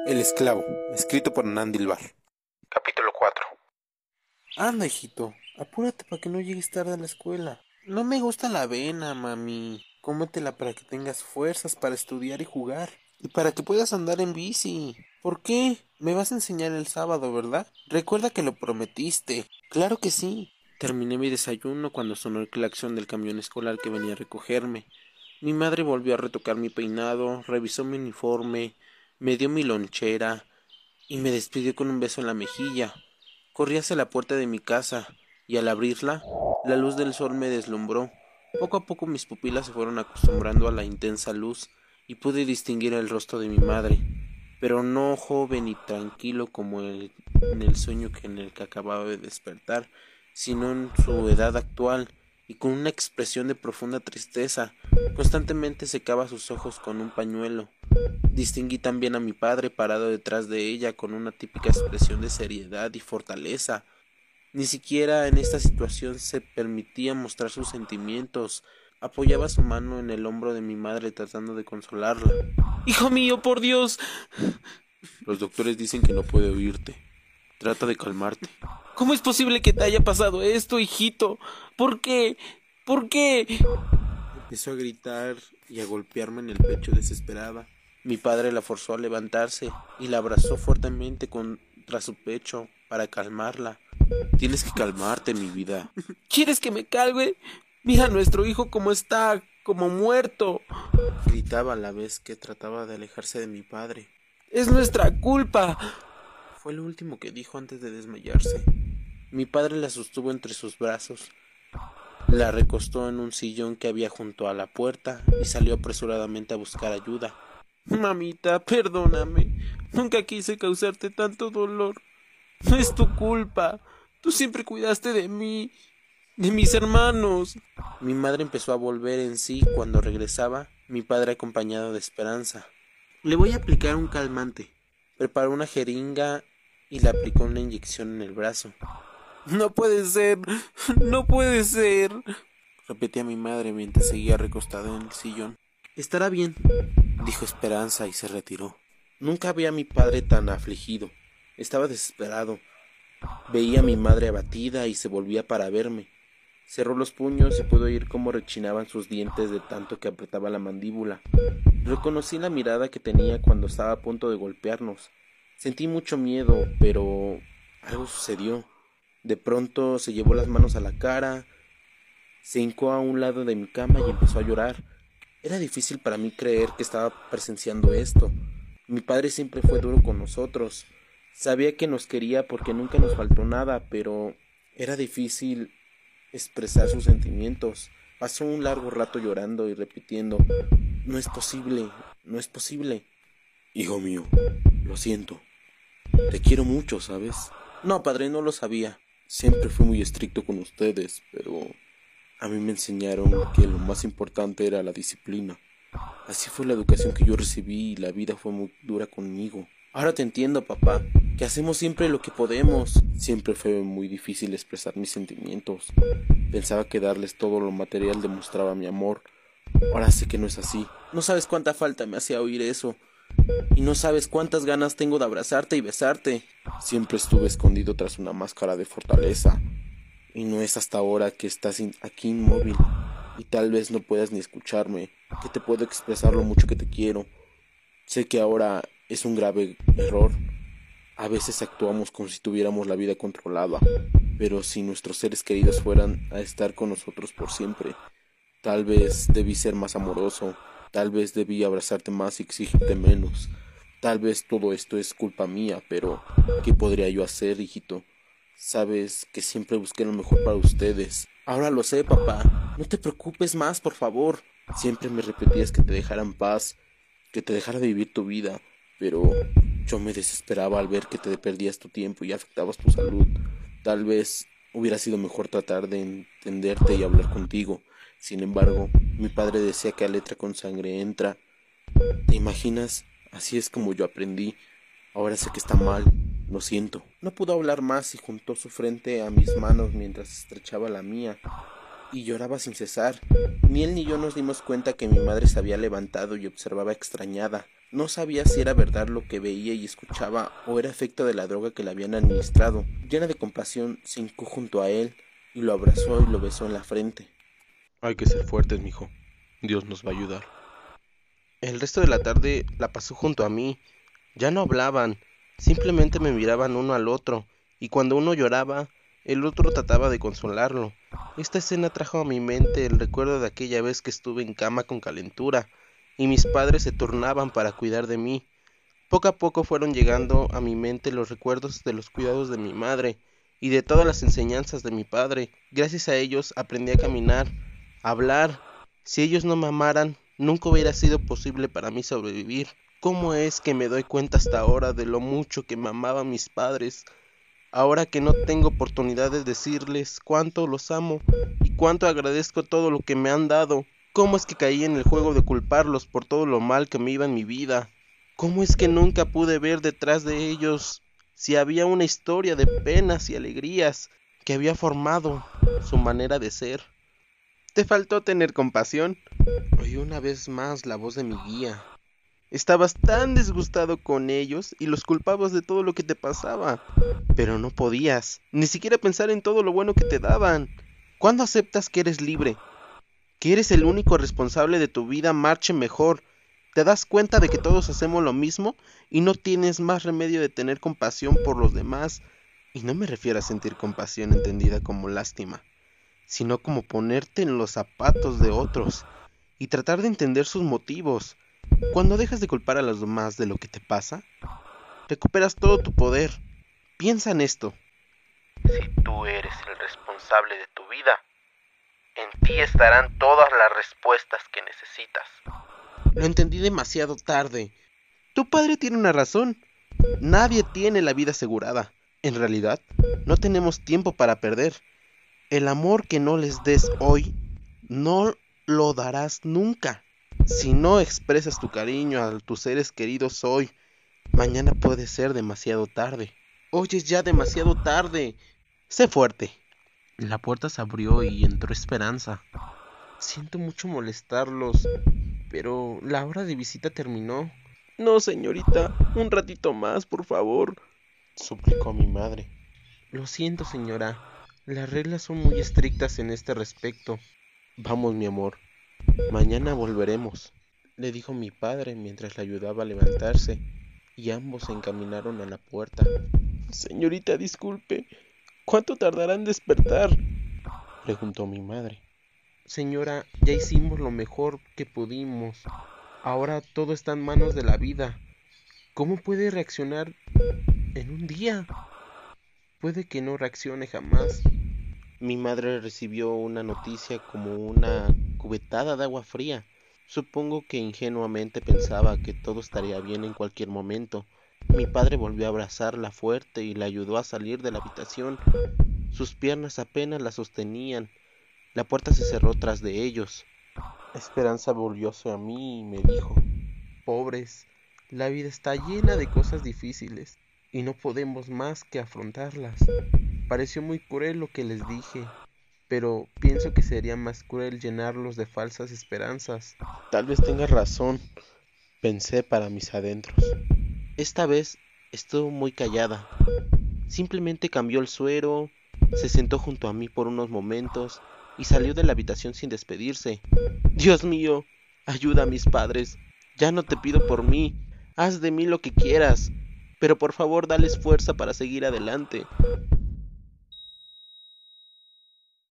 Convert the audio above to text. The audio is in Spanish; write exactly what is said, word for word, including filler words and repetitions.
El esclavo, escrito por Hernán Dilbar. Capítulo cuatro. Anda, hijito, apúrate para que no llegues tarde a la escuela. No me gusta la avena, mami. Cómetela para que tengas fuerzas para estudiar y jugar. Y para que puedas andar en bici. ¿Por qué? Me vas a enseñar el sábado, ¿verdad? Recuerda que lo prometiste. Claro que sí. Terminé mi desayuno cuando sonó el claxon del camión escolar que venía a recogerme. Mi madre volvió a retocar mi peinado, revisó mi uniforme, me dio mi lonchera y me despidió con un beso en la mejilla. Corrí hacia la puerta de mi casa y al abrirla, la luz del sol me deslumbró. Poco a poco mis pupilas se fueron acostumbrando a la intensa luz y pude distinguir el rostro de mi madre, pero no joven y tranquilo como el, en el sueño que en el que acababa de despertar, sino en su edad actual y con una expresión de profunda tristeza. Constantemente secaba sus ojos con un pañuelo. Distinguí también a mi padre parado detrás de ella con una típica expresión de seriedad y fortaleza. Ni siquiera en esta situación se permitía mostrar sus sentimientos. Apoyaba su mano en el hombro de mi madre tratando de consolarla. ¡Hijo mío, por Dios! Los doctores dicen que no puede oírte. Trata de calmarte. ¿Cómo es posible que te haya pasado esto, hijito? ¿Por qué? ¿Por qué? Empezó a gritar y a golpearme en el pecho desesperada. Mi padre la forzó a levantarse y la abrazó fuertemente contra su pecho para calmarla. Tienes que calmarte, mi vida. ¿Quieres que me calme? Mira a nuestro hijo como está, como muerto. Gritaba a la vez que trataba de alejarse de mi padre. ¡Es nuestra culpa! Fue lo último que dijo antes de desmayarse. Mi padre la sostuvo entre sus brazos. La recostó en un sillón que había junto a la puerta y salió apresuradamente a buscar ayuda. Mamita, perdóname. Nunca quise causarte tanto dolor. No es tu culpa. Tú siempre cuidaste de mí, de mis hermanos. Mi madre empezó a volver en sí cuando regresaba, mi padre acompañado de Esperanza. Le voy a aplicar un calmante. Preparó una jeringa y le aplicó una inyección en el brazo. No puede ser, no puede ser, repetía mi madre mientras seguía recostada en el sillón. Estará bien, dijo Esperanza y se retiró. Nunca vi a mi padre tan afligido. Estaba desesperado. Veía a mi madre abatida y se volvía para verme. Cerró los puños y pude oír cómo rechinaban sus dientes de tanto que apretaba la mandíbula. Reconocí la mirada que tenía cuando estaba a punto de golpearnos. Sentí mucho miedo, pero algo sucedió. De pronto se llevó las manos a la cara, se hincó a un lado de mi cama y empezó a llorar. Era difícil para mí creer que estaba presenciando esto. Mi padre siempre fue duro con nosotros. Sabía que nos quería porque nunca nos faltó nada, pero era difícil expresar sus sentimientos. Pasó un largo rato llorando y repitiendo: no es posible, no es posible. Hijo mío, lo siento. Te quiero mucho, ¿sabes? No, padre, no lo sabía. Siempre fui muy estricto con ustedes, pero a mí me enseñaron que lo más importante era la disciplina. Así fue la educación que yo recibí y la vida fue muy dura conmigo. Ahora te entiendo, papá, que hacemos siempre lo que podemos. Siempre fue muy difícil expresar mis sentimientos. Pensaba que darles todo lo material demostraba mi amor. Ahora sé que no es así. No sabes cuánta falta me hacía oír eso. Y no sabes cuántas ganas tengo de abrazarte y besarte. Siempre estuve escondido tras una máscara de fortaleza. Y no es hasta ahora que estás aquí inmóvil y tal vez no puedas ni escucharme, que te puedo expresar lo mucho que te quiero. Sé que ahora es un grave error. A veces actuamos como si tuviéramos la vida controlada, pero si nuestros seres queridos fueran a estar con nosotros por siempre, tal vez debí ser más amoroso. Tal vez debí abrazarte más y exigirte menos. Tal vez todo esto es culpa mía, pero ¿qué podría yo hacer, hijito? Sabes que siempre busqué lo mejor para ustedes. Ahora lo sé, papá. No te preocupes más, por favor. Siempre me repetías que te dejara en paz, que te dejara vivir tu vida, pero yo me desesperaba al ver que te perdías tu tiempo y afectabas tu salud. Tal vez hubiera sido mejor tratar de entenderte y hablar contigo. Sin embargo, mi padre decía que a letra con sangre entra. ¿Te imaginas? Así es como yo aprendí. Ahora sé que está mal. Lo siento. No pudo hablar más y juntó su frente a mis manos mientras estrechaba la mía y lloraba sin cesar. Ni él ni yo nos dimos cuenta que mi madre se había levantado y observaba extrañada. No sabía si era verdad lo que veía y escuchaba o era efecto de la droga que le habían administrado. Llena de compasión, se hincó junto a él y lo abrazó y lo besó en la frente. Hay que ser fuertes, mijo. Dios nos va a ayudar. El resto de la tarde la pasó junto a mí. Ya no hablaban, simplemente me miraban uno al otro, y cuando uno lloraba, el otro trataba de consolarlo. Esta escena trajo a mi mente el recuerdo de aquella vez que estuve en cama con calentura, y mis padres se turnaban para cuidar de mí. Poco a poco fueron llegando a mi mente los recuerdos de los cuidados de mi madre, y de todas las enseñanzas de mi padre. Gracias a ellos aprendí a caminar, a hablar. Si ellos no me amaran, nunca hubiera sido posible para mí sobrevivir. ¿Cómo es que me doy cuenta hasta ahora de lo mucho que me amaban mis padres? Ahora que no tengo oportunidad de decirles cuánto los amo y cuánto agradezco todo lo que me han dado. ¿Cómo es que caí en el juego de culparlos por todo lo mal que me iba en mi vida? ¿Cómo es que nunca pude ver detrás de ellos si había una historia de penas y alegrías que había formado su manera de ser? ¿Te faltó tener compasión? Oí una vez más la voz de mi guía. Estabas tan disgustado con ellos y los culpabas de todo lo que te pasaba, pero no podías, ni siquiera pensar en todo lo bueno que te daban. ¿Cuándo aceptas que eres libre? Que eres el único responsable de tu vida marche mejor. Te das cuenta de que todos hacemos lo mismo y no tienes más remedio de tener compasión por los demás. Y no me refiero a sentir compasión entendida como lástima, sino como ponerte en los zapatos de otros y tratar de entender sus motivos. Cuando dejas de culpar a los demás de lo que te pasa, recuperas todo tu poder. Piensa en esto. Si tú eres el responsable de tu vida, en ti estarán todas las respuestas que necesitas. Lo entendí demasiado tarde. Tu padre tiene una razón. Nadie tiene la vida asegurada. En realidad, no tenemos tiempo para perder. El amor que no les des hoy, no lo darás nunca. Si no expresas tu cariño a tus seres queridos hoy, mañana puede ser demasiado tarde. Hoy es ya demasiado tarde. Sé fuerte. La puerta se abrió y entró Esperanza. Siento mucho molestarlos, pero la hora de visita terminó. No, señorita, un ratito más, por favor, suplicó mi madre. Lo siento, señora. Las reglas son muy estrictas en este respecto. Vamos, mi amor. Mañana volveremos, le dijo mi padre mientras la ayudaba a levantarse, y ambos se encaminaron a la puerta. Señorita, disculpe, ¿cuánto tardará en despertar?, preguntó mi madre. Señora, ya hicimos lo mejor que pudimos. Ahora todo está en manos de la vida. ¿Cómo puede reaccionar en un día? Puede que no reaccione jamás. Mi madre recibió una noticia como una cubetada de agua fría. Supongo que ingenuamente pensaba que todo estaría bien en cualquier momento. Mi padre volvió a abrazarla fuerte y la ayudó a salir de la habitación. Sus piernas apenas la sostenían. La puerta se cerró tras de ellos. Esperanza volvió hacia mí y me dijo: pobres, la vida está llena de cosas difíciles y no podemos más que afrontarlas. Pareció muy cruel lo que les dije, pero pienso que sería más cruel llenarlos de falsas esperanzas. Tal vez tengas razón, pensé para mis adentros. Esta vez estuvo muy callada. Simplemente cambió el suero, se sentó junto a mí por unos momentos y salió de la habitación sin despedirse. Dios mío, ayuda a mis padres. Ya no te pido por mí, haz de mí lo que quieras, pero por favor dales fuerza para seguir adelante.